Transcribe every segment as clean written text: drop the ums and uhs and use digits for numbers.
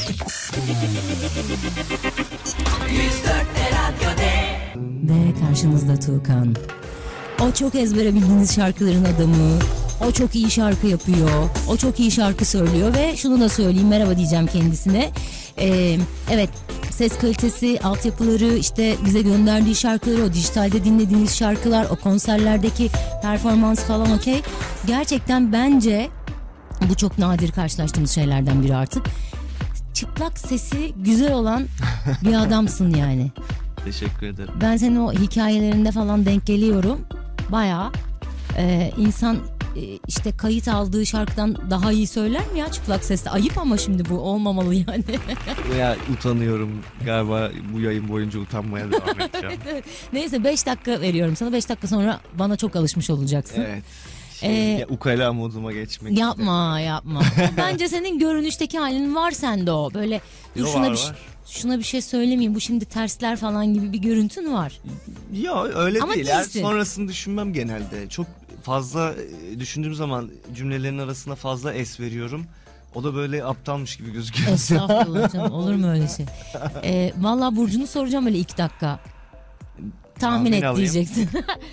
Ve karşınızda Tuğkan. O çok ezbere bildiğiniz şarkıların adamı. O çok iyi şarkı yapıyor. O çok iyi şarkı söylüyor ve şunu da söyleyeyim, merhaba diyeceğim kendisine. Evet, ses kalitesi, altyapıları, işte bize gönderdiği şarkıları, o dijitalde dinlediğimiz şarkılar, o konserlerdeki performans falan okey. Gerçekten bence bu çok nadir karşılaştığımız şeylerden biri artık. Çıplak sesi güzel olan bir adamsın yani. Teşekkür ederim. Ben senin o hikayelerinde falan denk geliyorum. Bayağı insan işte kayıt aldığı şarkıdan daha iyi söyler mi ya çıplak sesle? Ayıp ama şimdi bu olmamalı yani. Ya utanıyorum galiba, bu yayın boyunca utanmaya devam edeceğim. Evet. Neyse 5 dakika veriyorum sana, 5 dakika sonra bana çok alışmış olacaksın. Evet. Ukala moduma geçmek. Yapma. Bence senin görünüşteki halin var sende o. Böyle dur şuna bir şey söylemeyeyim, bu şimdi tersler falan gibi bir görüntün var. Ya öyle ama değil. değilsin. Sonrasını düşünmem genelde. Çok fazla düşündüğüm zaman cümlelerin arasına fazla es veriyorum. O da böyle aptalmış gibi gözüküyor. Estağfurullah canım, olur mu öyle şey? Vallahi burcunu soracağım öyle 2 dakika. Tahmin et alayım. diyeceksin.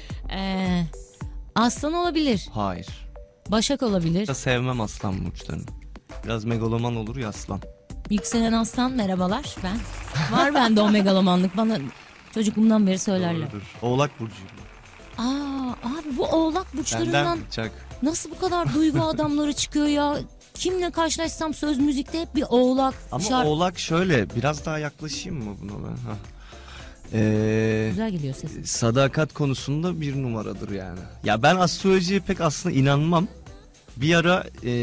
Aslan olabilir. Hayır. Başak olabilir. Sevmem aslan burçlarını. Biraz megaloman olur ya aslan. Yükselen aslan, merhabalar ben. Var bende o megalomanlık, bana çocukluğumdan beri söylerler. Doğrudur. Oğlak burcuyum. Abi bu oğlak burçlarından Benden nasıl bu kadar duygu adamları çıkıyor ya? Kimle karşılaşsam söz müzikte hep bir oğlak. Ama oğlak şöyle, biraz daha yaklaşayım mı buna ben? Güzel geliyor sesin. Sadakat konusunda bir numaradır yani. Ya ben astrolojiye pek aslında inanmam. Bir ara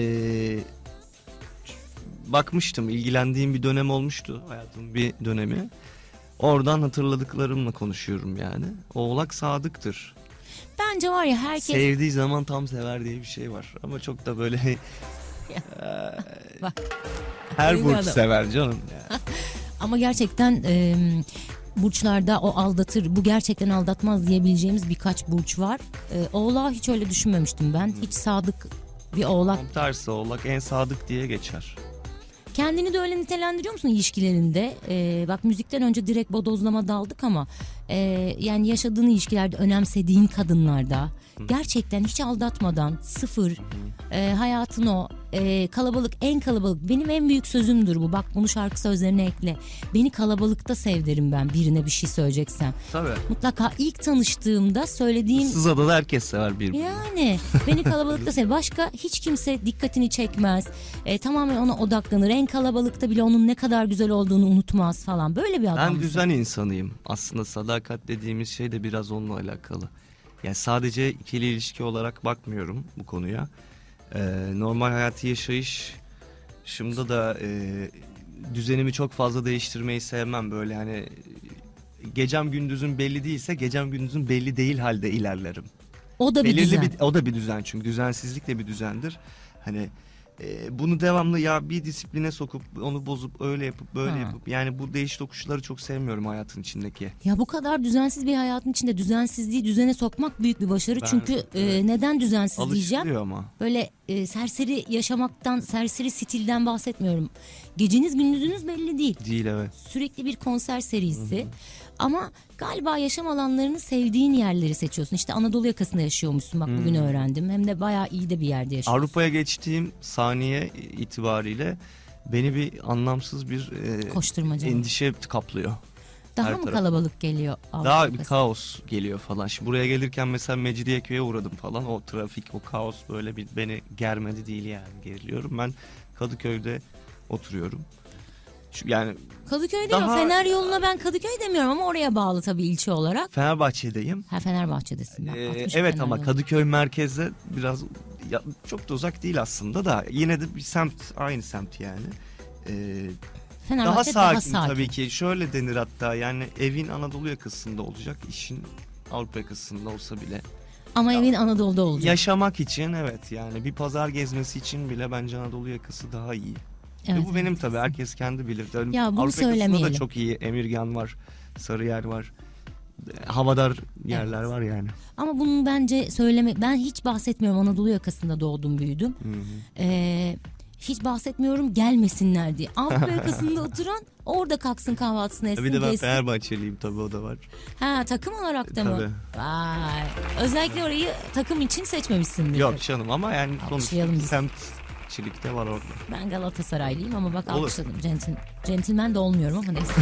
bakmıştım, ilgilendiğim bir dönem olmuştu, hayatımın bir dönemi. Oradan hatırladıklarımla konuşuyorum yani. Oğlak sadıktır. Bence var ya, herkes sevdiği zaman tam sever diye bir şey var. Ama çok da böyle bak, her burç sever canım yani. Ama gerçekten burçlarda o aldatır, bu gerçekten aldatmaz diyebileceğimiz birkaç burç var. Oğlağı hiç öyle düşünmemiştim ben. Hiç sadık bir oğlak. Tam tersi, oğlak en sadık diye geçer. Kendini de öyle nitelendiriyor musun ilişkilerinde? Bak, müzikten önce direkt bodozlama daldık ama yani yaşadığın ilişkilerde, önemsediğin kadınlarda gerçekten hiç aldatmadan sıfır hayatın o kalabalık, en kalabalık, benim en büyük sözümdür bu, bak bunu şarkı sözlerine ekle, beni kalabalıkta sev derim ben birine bir şey söyleyeceksem. Tabii. Mutlaka ilk tanıştığımda söylediğim, Sızada'da herkes sever birbirini. yani beni kalabalıkta sev, başka hiç kimse dikkatini çekmez, tamamen ona odaklanır, en kalabalıkta bile onun ne kadar güzel olduğunu unutmaz falan, böyle bir adam. Ben düzen insanıyım aslında, sadakat dediğimiz şey de biraz onunla alakalı. Yani sadece ikili ilişki olarak bakmıyorum bu konuya. Normal hayatı yaşayışımda da düzenimi çok fazla değiştirmeyi sevmem. Böyle hani gecem gündüzüm belli değilse, gecem gündüzüm belli değil halde ilerlerim. O da bir düzen. O da bir düzen, çünkü düzensizlik de bir düzendir. Hani bunu devamlı ya bir disipline sokup onu bozup öyle yapıp böyle yapıp, yani bu değiş tokuşları çok sevmiyorum hayatın içindeki. Ya bu kadar düzensiz bir hayatın içinde düzensizliği düzene sokmak büyük bir başarı. Çünkü neden düzensiz diyeceğim? Ama. Böyle serseri yaşamaktan, serseri stilden bahsetmiyorum. Geceniz gündüzünüz belli değil. Değil, evet. Sürekli bir konser serisi. Ama galiba yaşam alanlarını sevdiğin yerleri seçiyorsun. İşte Anadolu yakasında yaşıyormuşsun, bak bugün öğrendim. Hem de bayağı iyi de bir yerde yaşıyorsun. Avrupa'ya geçtiğim saniye itibariyle beni bir anlamsız bir koşturmaca, endişe kaplıyor. Daha mı kalabalık geliyor? Daha bir kaos geliyor falan. Şimdi buraya gelirken mesela Mecidiyeköy'e uğradım falan. O trafik, o kaos böyle bir beni germedi değil yani, geriliyorum. Ben Kadıköy'de oturuyorum. Yani Kadıköy değil, Fener yoluna ben Kadıköy demiyorum ama oraya bağlı tabii ilçe olarak. Fenerbahçe'deyim. Fenerbahçe'desin. Evet ama Kadıköy merkezde biraz çok da uzak değil aslında da, yine de bir semt, aynı semt yani. Daha sakin tabii ki. Şöyle denir hatta, yani evin Anadolu yakasında olacak, işin Avrupa yakasında olsa bile. Ama evin Anadolu'da olacak. Yaşamak için evet, yani bir pazar gezmesi için bile bence Anadolu yakası daha iyi. Evet, bu benim tabii, herkes kendi bilir. Ya bunu Avrupa söylemeyelim. yakasında da çok iyi, Emirgan var, Sarıyer var, havadar yerler var yani. Ama bunun bence ben hiç bahsetmiyorum, Anadolu yakasında doğdum büyüdüm. hiç bahsetmiyorum gelmesinler diye. Avrupa yakasında oturan orada kalksın kahvaltısını etsin. Bir de ben gezsin. Fenerbahçeliyim tabii, o da var. Ha, takım olarak da mı? Tabii. Vay. Özellikle orayı takım için seçmemişsindir. Yok canım, ama yani Alkışlayalım sonuçta biz. semtçilik de var orada. Ben Galatasaraylıyım ama bak Olur. alkışladım. Centilmen de olmuyorum ama neyse.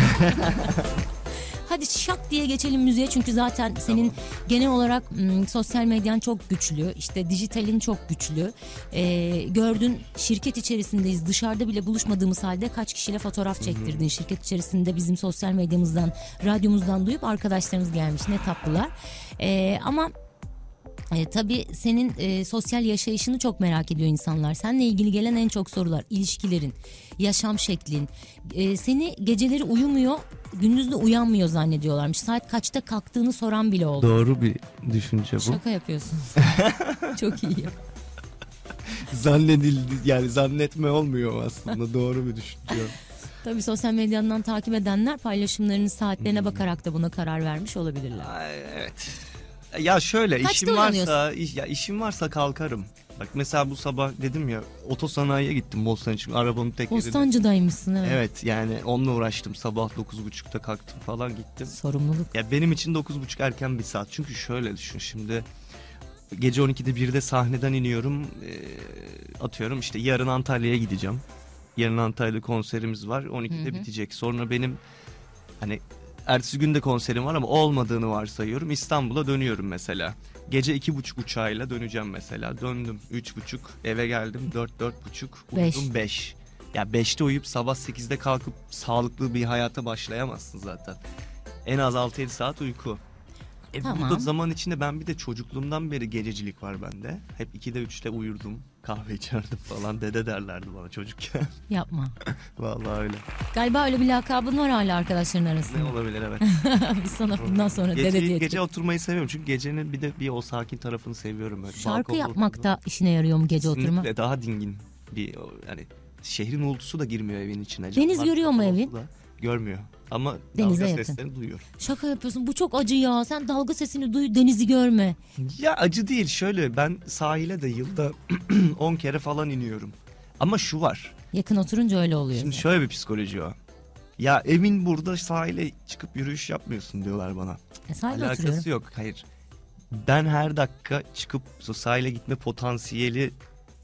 Hadi şak diye geçelim müziğe, çünkü zaten senin genel olarak sosyal medyan çok güçlü, işte dijitalin çok güçlü. Gördün, şirket içerisindeyiz, dışarıda bile buluşmadığımız halde kaç kişiyle fotoğraf çektirdin. Şirket içerisinde bizim sosyal medyamızdan, radyomuzdan duyup arkadaşlarımız gelmiş, ne tatlılar. Ama tabii senin sosyal yaşayışını çok merak ediyor insanlar. Seninle ilgili gelen en çok sorular ilişkilerin, yaşam şeklin. Seni geceleri uyumuyor, gündüz de uyanmıyor zannediyorlarmış. Saat kaçta kalktığını soran bile oldu. Doğru bir düşünce bu. Şaka yapıyorsun. Çok iyi. Zannedildi, yani zannetme olmuyor aslında. Doğru bir düşünce. Tabii sosyal medyandan takip edenler paylaşımlarının saatlerine bakarak da buna karar vermiş olabilirler. Ay, evet. Ya şöyle, Kaçta işim varsa kalkarım. Bak mesela bu sabah dedim ya, otosanayiye gittim Bostan için, arabanın tekerini. Bostancı'daymışsın, evet. Evet, yani onunla uğraştım, sabah 9.30'da kalktım falan, gittim. Sorumluluk. Ya benim için 9.30 erken bir saat. Çünkü şöyle düşün şimdi, gece 12'de 1'de sahneden iniyorum. Atıyorum işte yarın Antalya'ya gideceğim. Yarın Antalya'da konserimiz var, 12'de bitecek. Sonra benim hani ertesi günde konserim var ama olmadığını varsayıyorum, İstanbul'a dönüyorum mesela. Gece 2.30 uçağıyla döneceğim mesela. Döndüm 3.30, eve geldim 4-4.30, uyudum 5. Ya 5'te uyuyup sabah 8'de kalkıp sağlıklı bir hayata başlayamazsın zaten. En az 6-7 saat uyku. Tamam. Burada zaman içinde ben bir de çocukluğumdan beri gececilik var bende. Hep 2'de 3'te uyurdum, kahve içerdim falan, dede derlerdi bana çocukken. Yapma. Vallahi öyle. Galiba öyle bir lakabın var hala arkadaşların arasında. Ne olabilir, evet. Biz sana bundan sonra dede diye. Gece oturmayı seviyorum çünkü gecenin bir o sakin tarafını seviyorum. Böyle. Şarkı Balkonda yapmak oturuyorum. da işine yarıyor mu gece Kesinlikle oturma? daha dingin bir, yani şehrin uğultusu da girmiyor evin içine. Deniz Camlar görüyor mu kapalı evin? olsa da görmüyor ama Denize dalga yakın. seslerini duyuyor. Şaka yapıyorsun, bu çok acı ya. Sen dalga sesini duy, denizi görme. Ya acı değil, şöyle, ben sahile de yılda 10 kere falan iniyorum. Ama şu var. Yakın oturunca öyle oluyor. Şimdi şöyle bir psikoloji o. Ya evin burada, sahile çıkıp yürüyüş yapmıyorsun diyorlar bana. Sahilde Alakası oturuyorum. yok. Hayır. Ben her dakika çıkıp sahile gitme potansiyeli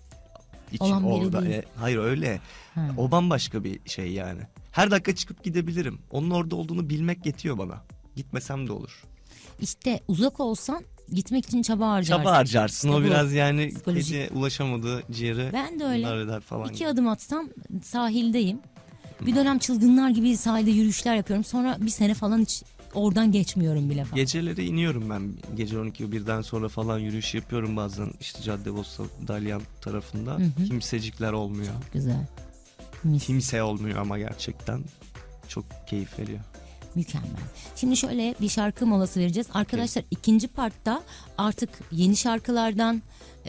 için Olan biri orada. değil. Hayır, öyle. Ha. O bambaşka bir şey yani. Her dakika çıkıp gidebilirim. Onun orada olduğunu bilmek yetiyor bana. Gitmesem de olur. İşte uzak olsan gitmek için çaba harcarsın. Çaba harcarsın. İşte o bu. biraz yani Psikolojik. gece ulaşamadığı ciğeri. Ben de öyle. bunlar eder falan. 2 adım atsam sahildeyim. Bir dönem çılgınlar gibi sahilde yürüyüşler yapıyorum. Sonra bir sene falan hiç oradan geçmiyorum bile falan. Geceleri iniyorum ben. Gece 12-1'den sonra falan yürüyüş yapıyorum bazen. İşte Caddebostan, Dalyan tarafında. Kimsecikler olmuyor. Güzel. Mis. Kimse olmuyor ama gerçekten çok keyif veriyor. Mükemmel. Şimdi şöyle bir şarkı molası vereceğiz. Arkadaşlar ikinci partta artık yeni şarkılardan,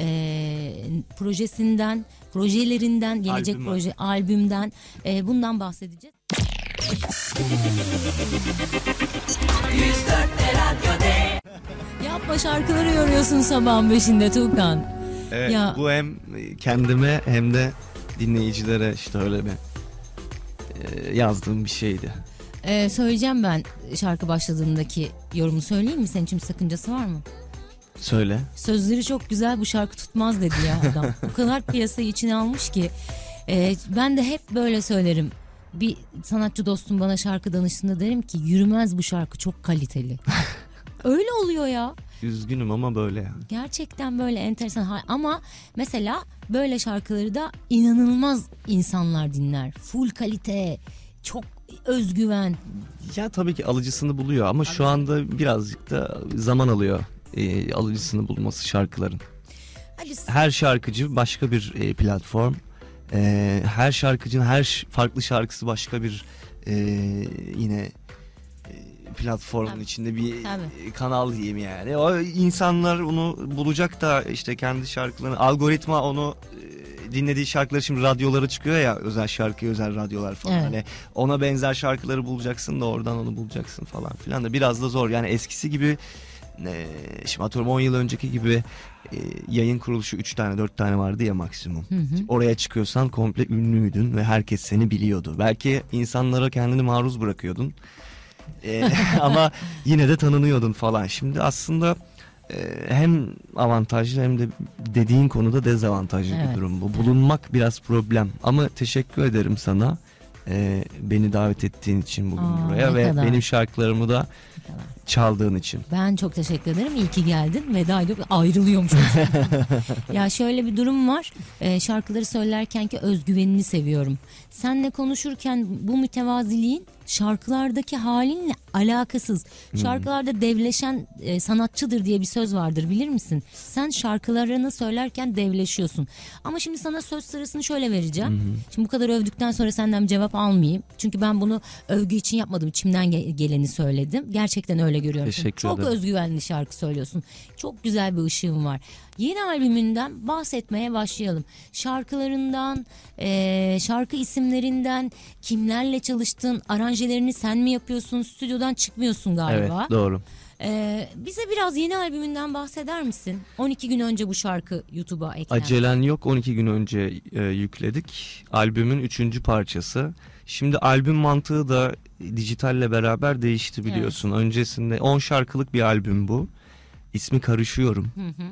projelerinden, gelecek Albüm albümden bundan bahsedeceğiz. Yapma, şarkıları yoruyorsun sabahın 5'inde Tuğkan. Evet, Ya. bu hem kendime hem de dinleyicilere işte öyle bir yazdığım bir şeydi. Söyleyeceğim ben şarkı başladığındaki yorumu, söyleyeyim mi? Senin için bir sakıncası var mı? Söyle. Sözleri çok güzel, bu şarkı tutmaz dedi ya adam. O kadar piyasayı içine almış ki. Ben de hep böyle söylerim. Bir sanatçı dostum bana şarkı danıştığında derim ki yürümez bu şarkı, çok kaliteli. Öyle oluyor ya. Üzgünüm ama böyle yani. Gerçekten böyle enteresan. Ama mesela böyle şarkıları da inanılmaz insanlar dinler. Full kalite, çok özgüven. Ya tabii ki alıcısını buluyor ama şu anda birazcık da zaman alıyor alıcısını bulması şarkıların. Her şarkıcı başka bir platform. Her şarkıcının farklı şarkısı başka bir yine platformun Tabii. içinde bir Tabii. kanal diyeyim yani. O insanlar onu bulacak da işte kendi şarkılarını, algoritma onu dinlediği şarkıları, şimdi radyolara çıkıyor ya, özel şarkıya özel radyolar falan. Evet. Hani ona benzer şarkıları bulacaksın da oradan onu bulacaksın falan filan da biraz da zor. Yani eskisi gibi şimdi atıyorum 10 yıl önceki gibi yayın kuruluşu 3 tane 4 tane vardı ya maksimum. Oraya çıkıyorsan komple ünlüydün ve herkes seni biliyordu. Belki insanlara kendini maruz bırakıyordun. Ama yine de tanınıyordun falan. Şimdi aslında hem avantajlı hem de dediğin konuda dezavantajlı bir durum bu. Bulunmak biraz problem. Ama teşekkür ederim sana. Beni davet ettiğin için bugün buraya ve benim şarkılarımı da çaldığın için. Ben çok teşekkür ederim. İyi ki geldin. Veda edip ayrılıyormuş. Ya şöyle bir durum var. Şarkıları söylerkenki özgüvenini seviyorum. Seninle konuşurken bu mütevaziliğin şarkılardaki halinle alakasız. Şarkılarda devleşen sanatçıdır diye bir söz vardır, bilir misin? Sen şarkılarını söylerken devleşiyorsun. Ama şimdi sana söz sırasını şöyle vereceğim. Şimdi bu kadar övdükten sonra senden bir cevap almayayım. Çünkü ben bunu övgü için yapmadım. İçimden geleni söyledim. Gerçekten öyle görüyorum. Çok özgüvenli şarkı söylüyorsun. Çok güzel bir ışığın var. Yeni albümünden bahsetmeye başlayalım. Şarkılarından, şarkı isimlerinden, kimlerle çalıştın, aranjelerini sen mi yapıyorsun, stüdyodan çıkmıyorsun galiba. Evet, doğru. Bize biraz yeni albümünden bahseder misin? 12 gün önce bu şarkı YouTube'a eklendi. Acelen yok, 12 gün önce yükledik. Albümün 3. parçası. Şimdi albüm mantığı da dijitalle beraber değişti biliyorsun. Evet. Öncesinde 10 şarkılık bir albüm bu. İsmi Karışıyorum.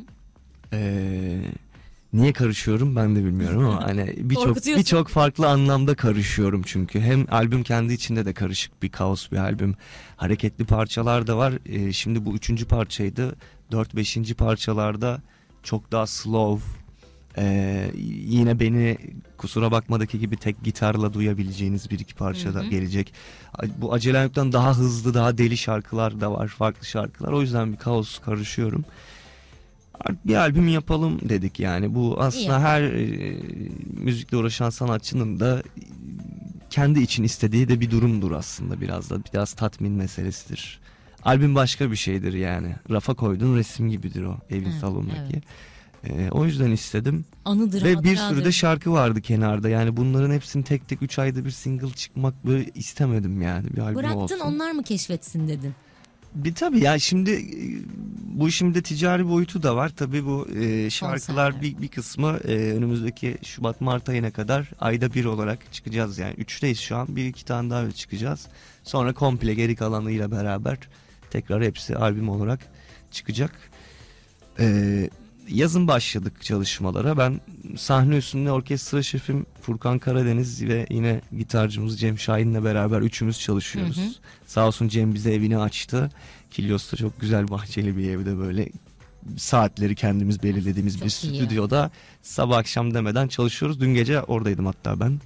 Niye karışıyorum ben de bilmiyorum ama hani birçok farklı anlamda karışıyorum çünkü. Hem albüm kendi içinde de karışık bir kaos bir albüm. Hareketli parçalar da var. Şimdi bu 3. parçaydı. 4-5. parçalarda çok daha slow. Yine beni kusura bakmadaki gibi tek gitarla duyabileceğiniz bir iki parça da gelecek. Bu Acelen daha hızlı, daha deli şarkılar da var, farklı şarkılar. O yüzden bir kaos karışıyorum. Bir albüm yapalım dedik yani. Bu aslında her müzikle uğraşan sanatçının da kendi için istediği de bir durumdur aslında, biraz tatmin meselesidir. Albüm başka bir şeydir yani. Rafa koyduğun resim gibidir o evin salonundaki. O yüzden istedim. Anıdır, ve bir sürü de şarkı vardı kenarda. Yani bunların hepsini tek tek 3 ayda bir single çıkmak böyle istemedim yani. Bir albüm bıraktın olsun. Onlar mı keşfetsin dedin? Tabii ya, şimdi bu işimde ticari boyutu da var. Tabii bu şarkılar bir kısmı önümüzdeki Şubat-Mart ayına kadar ayda bir olarak çıkacağız. Yani 3'teyiz şu an. 1-2 tane daha çıkacağız. Sonra komple geri kalanıyla beraber tekrar hepsi albüm olarak çıkacak. Yazın başladık çalışmalara. Ben sahne üstünde orkestra şefim Furkan Karadeniz ve yine gitarcımız Cem Şahin'le beraber üçümüz çalışıyoruz. Sağ olsun Cem bize evini açtı. Kilyos'ta çok güzel bahçeli bir evde, böyle saatleri kendimiz belirlediğimiz bir stüdyoda sabah akşam demeden çalışıyoruz. Dün gece oradaydım hatta ben.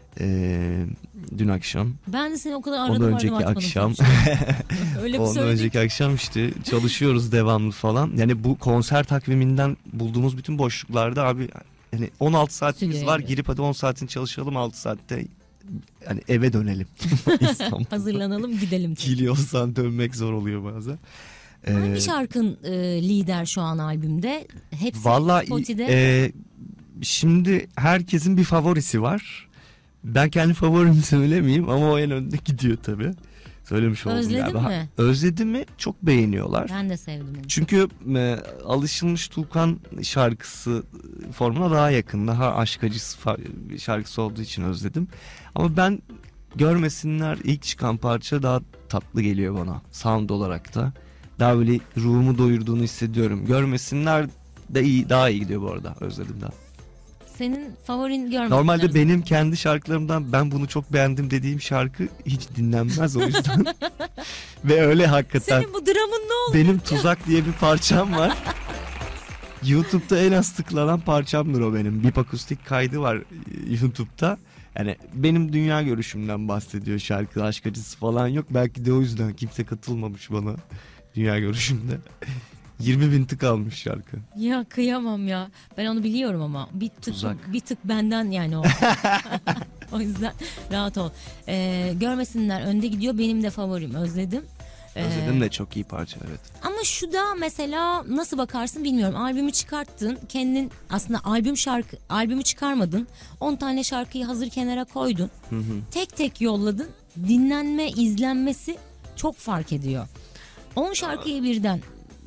Dün akşam. Ben de seni o kadar aradım. Ondan önceki akşam. Ondan önceki akşam işte çalışıyoruz devamlı falan. Yani bu konser takviminden bulduğumuz bütün boşluklarda abi, hani 16 saatimiz var. Girip hadi 10 saatini çalışalım, 6 saatte hani eve dönelim. Hazırlanalım gidelim. Kilyos'tan dönmek zor oluyor bazen. Hangi şarkın lider şu an albümde? Hepsi Spotify'de. Şimdi herkesin bir favorisi var. Ben kendi favorimi söylemeyeyim ama o en önde gidiyor tabii. Söylemiş oldum galiba. Özledin mi? Özledim mi? Çok beğeniyorlar. Ben de sevdim onu. Çünkü alışılmış Tuğkan şarkısı formuna daha yakın. Daha aşk acısı şarkısı olduğu için özledim. Ama ben Görmesinler ilk çıkan parça daha tatlı geliyor bana. Sound olarak da. Daha böyle ruhumu doyurduğunu hissediyorum. Görmesinler de iyi, daha iyi gidiyor bu arada. Özledim daha. Senin favorin Görmesinler. Normalde benim kendi şarkılarımdan ben bunu çok beğendim dediğim şarkı hiç dinlenmez o yüzden. Ve öyle hakikaten. Senin bu dramın ne oldu? Benim Tuzak diye bir parçam var. YouTube'da en az tıklanan parçamdır o benim. Bip akustik kaydı var YouTube'da. Yani benim dünya görüşümden bahsediyor şarkı. Aşk acısı falan yok. Belki de o yüzden kimse katılmamış bana dünya görüşümde. 20.000 tık almış şarkı. Ya kıyamam ya. Ben onu biliyorum ama bir tık benden yani o. O yüzden rahat ol. Görmesinler önde gidiyor, benim de favorim. Özledim. Özledim de çok iyi parça, evet. Ama şu da mesela nasıl bakarsın bilmiyorum. Albümü çıkarttın. Kendin aslında albümü çıkarmadın. 10 tane şarkıyı hazır kenara koydun. Tek tek yolladın. Dinlenme, izlenmesi çok fark ediyor. 10 şarkıyı birden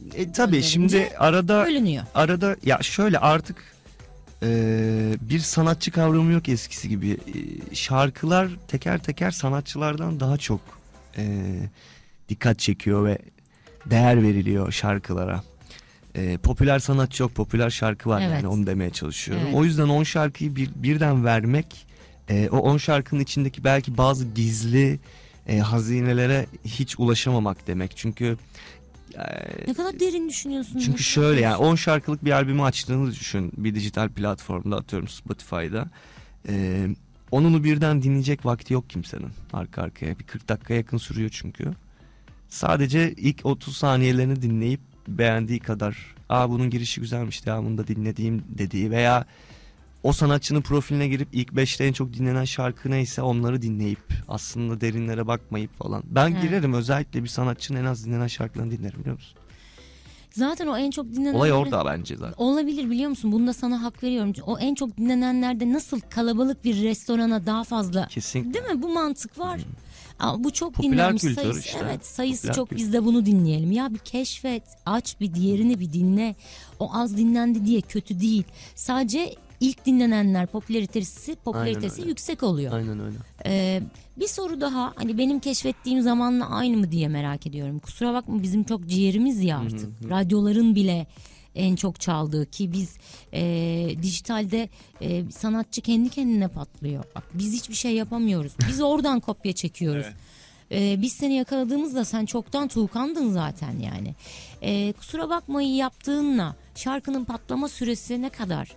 Tabii şimdi bölünüyor. Arada ya şöyle artık bir sanatçı kavramı yok eskisi gibi. Şarkılar teker teker sanatçılardan daha çok dikkat çekiyor ve değer veriliyor şarkılara. Popüler sanatçı yok, popüler şarkı var, yani onu demeye çalışıyorum. Evet. O yüzden 10 şarkıyı birden vermek, o 10 şarkının içindeki belki bazı gizli hazinelere hiç ulaşamamak demek. Çünkü ne kadar derin düşünüyorsun. Çünkü şöyle, yani 10 şarkılık bir albümü açtığını düşün bir dijital platformda, atıyorum Spotify'da. Onunu birden dinleyecek vakti yok kimsenin arka arkaya. Bir 40 dakika yakın sürüyor çünkü. Sadece ilk 30 saniyelerini dinleyip beğendiği kadar, bunun girişi güzelmiş, devamını da dinlediğim dediği veya o sanatçının profiline girip ilk 5'te en çok dinlenen şarkı neyse onları dinleyip aslında derinlere bakmayıp falan. Ben girerim, özellikle bir sanatçının en az dinlenen şarkılarını dinlerim, biliyor musun? Zaten o en çok dinlenenler... Olay orada bence zaten. Olabilir, biliyor musun? Bunda sana hak veriyorum. O en çok dinlenenlerde nasıl kalabalık bir restorana daha fazla... Kesinlikle. Değil mi? Bu mantık var. Ama bu çok popüler dinlenmiş sayısı. Işte. Evet, sayısı popüler çok, kültür. biz de bunu dinleyelim. Ya bir keşfet, aç bir diğerini bir dinle. O az dinlendi diye kötü değil. Sadece ilk dinlenenler popülaritesi yüksek oluyor. Aynen öyle. Bir soru daha, hani benim keşfettiğim zamanla aynı mı diye merak ediyorum. Kusura bakma, bizim çok ciğerimiz ya artık. Radyoların bile en çok çaldığı, ki biz dijitalde sanatçı kendi kendine patlıyor. Bak, biz hiçbir şey yapamıyoruz. Biz oradan kopya çekiyoruz. Evet. Biz seni yakaladığımızda sen çoktan Tuğkan'dın zaten yani. Kusura bakmayı yaptığınla şarkının patlama süresi ne kadar?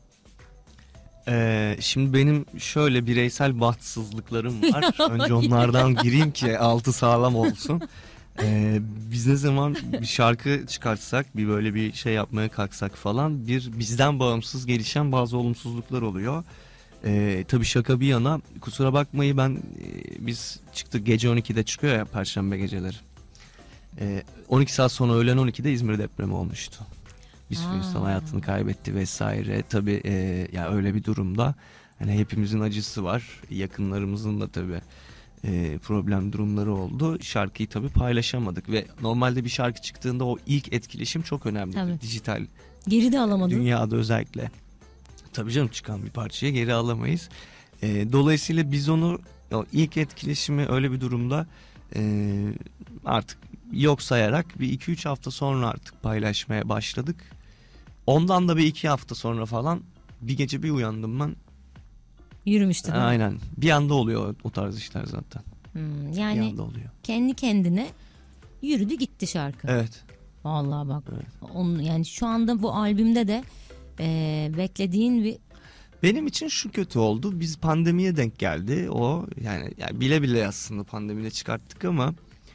Şimdi benim şöyle bireysel bahtsızlıklarım var. Önce onlardan gireyim ki altı sağlam olsun. Biz ne zaman bir şarkı çıkartsak, bir böyle bir şey yapmaya kalksak falan, bizden bağımsız gelişen bazı olumsuzluklar oluyor. Tabii şaka bir yana, kusura bakmayı biz çıktık, gece 12'de çıkıyor ya Perşembe geceleri. 12 saat sonra öğlen 12'de İzmir depremi olmuştu. Bir sürü insan hayatını kaybetti vesaire. Tabii ya öyle bir durumda hani hepimizin acısı var. Yakınlarımızın da tabii problem durumları oldu. Şarkıyı tabii paylaşamadık ve normalde bir şarkı çıktığında o ilk etkileşim çok önemli. Tabii. Dijital. Geri de alamadın. Dünyada özellikle. Tabii canım, çıkan bir parçayı geri alamayız. Dolayısıyla biz o ilk etkileşimi öyle bir durumda artık yok sayarak bir 2-3 hafta sonra artık paylaşmaya başladık. Ondan da bir 2 hafta sonra falan bir gece bir uyandım ben. Yürümüştü. Aynen. Bir anda oluyor o tarz işler zaten. Yani bir anda oluyor. Kendi kendine yürüdü gitti şarkı. Evet. Vallahi bak. Evet. Yani şu anda bu albümde de beklediğin bir... Benim için şu kötü oldu. Biz pandemiye denk geldi. O yani bile bile aslında pandemide çıkarttık ama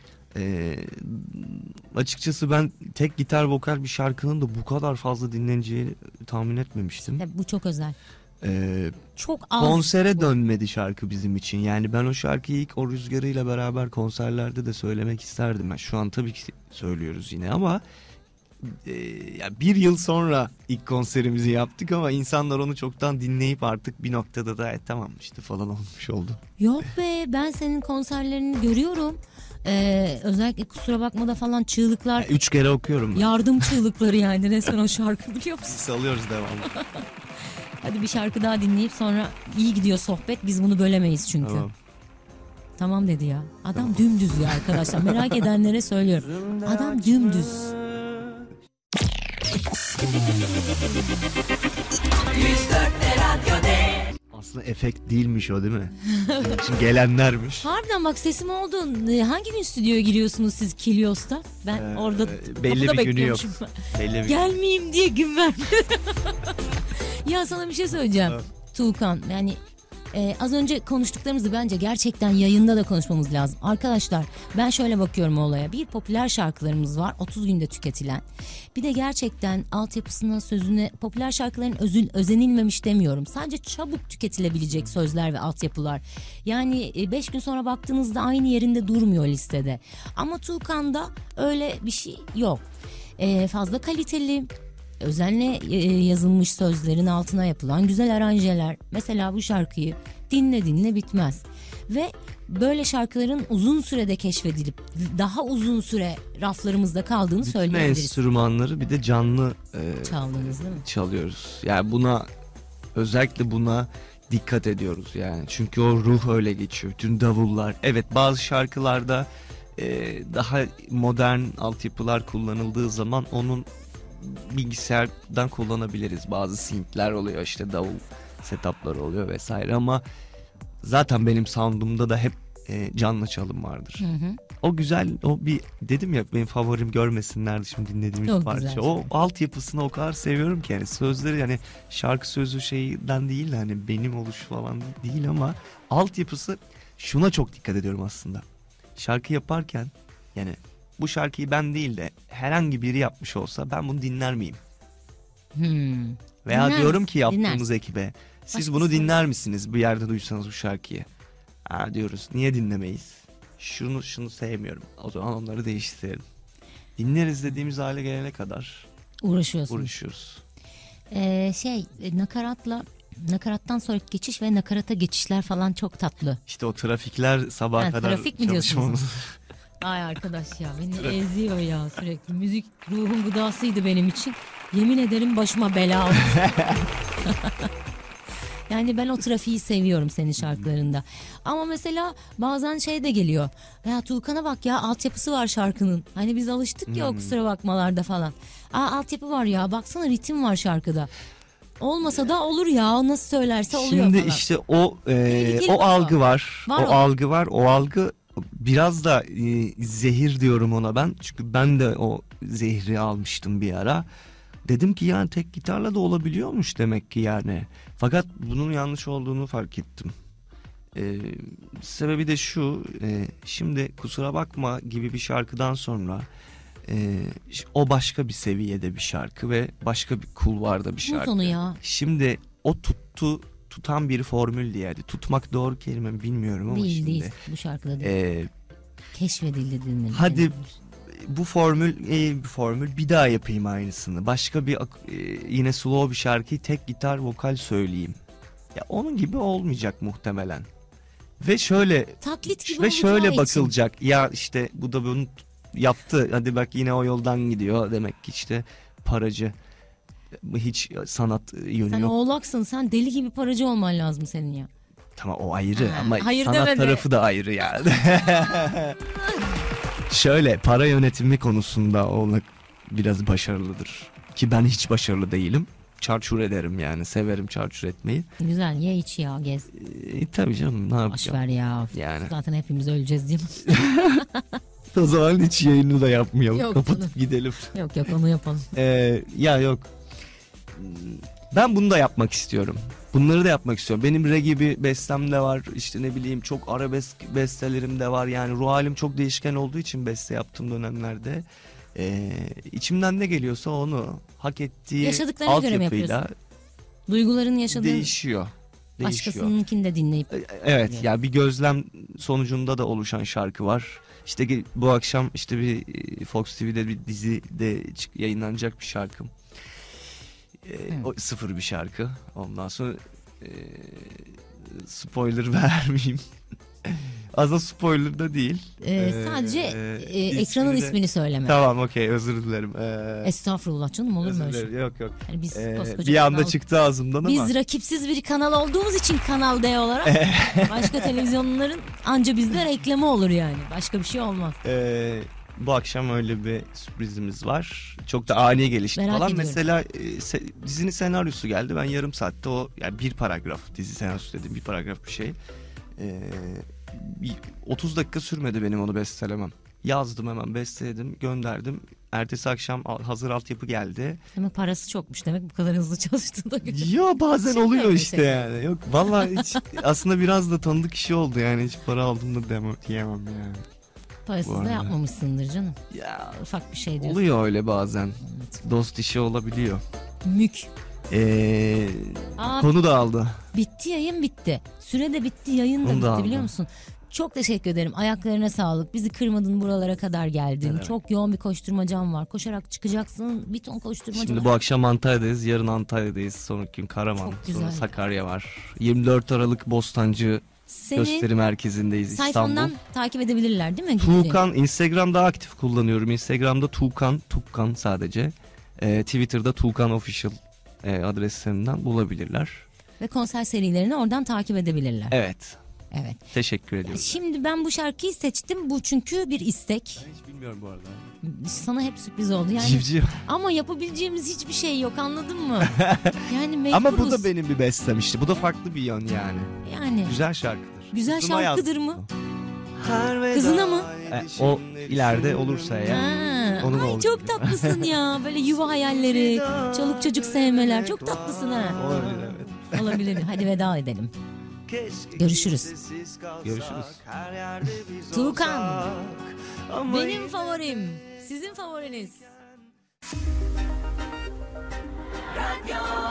açıkçası ben tek gitar vokal bir şarkının da bu kadar fazla dinleneceğini tahmin etmemiştim. Bu çok özel. Çok az. Konsere dönmedi şarkı bizim için. Yani ben o şarkıyı ilk o rüzgarıyla beraber konserlerde de söylemek isterdim. Yani şu an tabii ki söylüyoruz yine ama bir yıl sonra ilk konserimizi yaptık ama insanlar onu çoktan dinleyip artık bir noktada da tamam işte falan olmuş oldu. Yok be, ben senin konserlerini görüyorum. Özellikle kusura bakma da falan çığlıklar. 3 kere okuyorum. Yardım çığlıkları yani resmen o şarkı, biliyor musun? Salıyoruz devamlı. Hadi bir şarkı daha dinleyip sonra iyi gidiyor sohbet, biz bunu bölemeyiz çünkü. Tamam dedi ya. Adam dümdüz ya arkadaşlar, merak edenlere söylüyorum. Adam dümdüz. Aslında efekt değilmiş o, değil mi? Bizim için gelenlermiş. Harbiden bak, sesim oldu. Hangi gün stüdyoya giriyorsunuz siz Kilios'ta? Ben orada belli bir günü yok. Gelmeyeyim diye gün vermedim. Ya sana bir şey söyleyeceğim. Evet. Tuğkan, yani az önce konuştuklarımızı bence gerçekten yayında da konuşmamız lazım. Arkadaşlar, ben şöyle bakıyorum olaya. Bir, popüler şarkılarımız var 30 günde tüketilen. Bir de gerçekten altyapısına, sözüne, popüler şarkıların özenilmemiş demiyorum. Sadece çabuk tüketilebilecek sözler ve altyapılar. Yani 5 gün sonra baktığınızda aynı yerinde durmuyor listede. Ama Tuğkan'da öyle bir şey yok. Fazla kaliteli, özenle yazılmış sözlerin altına yapılan güzel aranjeler. Mesela bu şarkıyı dinle bitmez. Ve böyle şarkıların uzun sürede keşfedilip daha uzun süre raflarımızda kaldığını Bütün söyleyebiliriz. enstrümanları bir de canlı Çaldınız değil mi? çalıyoruz. Yani özellikle buna dikkat ediyoruz yani. Çünkü o ruh öyle geçiyor. Bütün davullar. Evet, bazı şarkılarda daha modern altyapılar kullanıldığı zaman onun bilgisayardan kullanabiliriz. Bazı synth'ler oluyor, işte davul setup'ları oluyor vesaire, ama zaten benim sound'umda da hep canlı çalım vardır. Hı hı. O güzel, o bir dedim ya, benim favorim, görmesinlerdi şimdi dinlediğimiz Çok parça. güzel O şey. altyapısını o kadar seviyorum ki, yani sözleri, yani şarkı sözü şeyden değil, hani benim oluş falan değil, ama altyapısı, şuna çok dikkat ediyorum aslında. Şarkı yaparken, yani bu şarkıyı ben değil de herhangi biri yapmış olsa ben bunu dinler miyim? Veya Dinleriz, diyorum ki yaptığımız dinleriz. ekibe, siz Başkası bunu olur. dinler misiniz bir yerde duysanız bu şarkıyı? Ha diyoruz, niye dinlemeyiz? Şunu sevmiyorum, o zaman onları değiştirelim. Dinleriz dediğimiz hale gelene kadar Uğraşıyorsunuz. uğraşıyoruz. Nakarattan sonraki geçiş ve nakarata geçişler falan çok tatlı. İşte o trafikler sabaha Ha, kadar trafik mi diyorsunuz? çalışmamız. Ay arkadaş ya, beni eziyor ya sürekli. Müzik ruhun gıdasıydı benim için. Yemin ederim başıma bela oldu. Yani ben o trafiği seviyorum senin şarkılarında. Ama mesela bazen şey de geliyor. Ya Tuğkan'a bak ya, altyapısı var şarkının. Hani biz alıştık ya o kusura bakmalarda falan. Altyapı var ya, baksana ritim var şarkıda. Olmasa da olur ya, o nasıl söylerse oluyor Şimdi falan. işte o Tehlikeli o bak algı o. var. Var o o. algı var. O algı biraz da zehir diyorum ona ben. Çünkü ben de o zehri almıştım bir ara. Dedim ki yani tek gitarla da olabiliyormuş demek ki yani. Fakat bunun yanlış olduğunu fark ettim. Sebebi de şu. Şimdi kusura bakma gibi bir şarkıdan sonra o başka bir seviyede bir şarkı ve başka bir kulvarda bir şarkı. Onu ya. Şimdi o tutan bir formül diye. Yani tutmak doğru kelime mi bilmiyorum ama Değil şimdi. değil, bu şarkıda değil. Keşfedildi dinlenir. Hadi bu formül iyi bir formül, bir daha yapayım aynısını. Başka bir yine slow bir şarkıyı tek gitar vokal söyleyeyim. Ya onun gibi olmayacak muhtemelen. Ve şöyle Taklit gibi ve olacağı şöyle için. bakılacak. Ya işte bu da bunu yaptı. Hadi bak yine o yoldan gidiyor. Demek ki işte paracı. Hiç sanat yönü Sen yok. oğlaksın, sen deli gibi paracı olman lazım senin ya. Tamam, o ayrı ama hayır sanat demedi. tarafı da ayrı yani. Şöyle, para yönetimi konusunda olmak biraz başarılıdır. Ki ben hiç başarılı değilim. Çarçur ederim yani, severim çarçur etmeyi. Güzel, ye iç ya, gez. Tabii canım, ne Boş yapacağım. ver ya. Yani. Zaten hepimiz öleceğiz değil mi? O zaman hiç yayını da yapmayalım. Yok Kapatıp canım. gidelim. Yok onu yapalım. Ya yok. Ben bunu da yapmak istiyorum. Bunları da yapmak istiyorum. Benim reggae bir bestem de var. İşte ne bileyim, çok arabesk bestelerim de var. Yani ruh halim çok değişken olduğu için beste yaptığım dönemlerde içimden ne geliyorsa onu hak ettiği Yaşadıklarına göre mi altyapıyla yapıyorsun? Duyguların yaşadığın değişiyor. başkasınınkini de dinleyip. Evet ya yani bir gözlem sonucunda da oluşan şarkı var. İşte bu akşam işte bir Fox TV'de bir dizide yayınlanacak bir şarkım. O sıfır bir şarkı. Ondan sonra spoiler vermeyeyim. Aslında spoiler da değil. Sadece ekranın ismini söyleme. Tamam, okey, özür dilerim. Estağfurullah canım, olur mu öyle şey? Yok. Yani biz koskoca Bir anda kanal- çıktı ağzımdan ama. Biz rakipsiz bir kanal olduğumuz için Kanal D olarak başka televizyonların anca bizde reklamı olur yani. Başka bir şey olmaz. Bu akşam öyle bir sürprizimiz var. Çok da ani gelişti Merak falan. ediyorum. Mesela dizinin senaryosu geldi. Ben yarım saatte yani bir paragraf, dizi senaryosu dediğim bir paragraf bir şey. 30 dakika sürmedi benim onu bestelemem. Yazdım, hemen besteledim, gönderdim. Ertesi akşam hazır altyapı geldi. Ama parası çokmuş demek, bu kadar hızlı çalıştığına da göre. Yo, bazen Şaka oluyor yapıyor işte seni. yani. Yok vallahi hiç aslında biraz da tanıdık kişi oldu yani, hiç para aldım da diyemem yani. Bu Parasız da arada. yapmamışsındır canım. Ya Ufak bir şey diyorsun. oluyor öyle bazen. Evet. Dost işi olabiliyor. Mük. Konu da aldı. Bitti, yayın bitti. Süre de bitti, yayın da Onu da bitti, aldım. biliyor musun? Çok teşekkür ederim. Ayaklarına sağlık. Bizi kırmadın, buralara kadar geldin. Evet. Çok yoğun bir koşturmacan var. Koşarak çıkacaksın. Bir ton koşturmaca Şimdi var. bu akşam Antalya'dayız, yarın Antalya'dayız, sonraki gün Karaman, Çok güzel. sonra Sakarya var. 24 Aralık Bostancı Senin gösteri merkezindeyiz İstanbul. sayfandan takip edebilirler değil mi? Tuğkan, Instagram'da aktif kullanıyorum. Instagram'da Tuğkan sadece. Twitter'da Tuğkan Official adreslerinden bulabilirler. Ve konser serilerini oradan takip edebilirler. Evet. Evet. Teşekkür ediyorum. Şimdi ben bu şarkıyı seçtim. Bu çünkü bir istek. Ben hiç bilmiyorum bu arada. Sana hep sürpriz oldu. Yani Civciv. ama yapabileceğimiz hiçbir şey yok, anladın mı? Yani mecburuz. Ama bu da benim bir bestem işte. Bu da farklı bir yön yani. Yani Güzel şarkıdır. güzel Kızıma şarkıdır yazdım mı? bunu. Kızına mı? O ileride olursa eğer. Ha, Onun ay oldu. çok tatlısın ya. Böyle yuva hayalleri, çoluk çocuk sevmeler. Çok tatlısın ha. Olabilir, evet. Olabilir. Hadi veda edelim. Görüşürüz. Görüşürüz. Tuğkan. Benim favorim. Sizin favoriniz. Radyo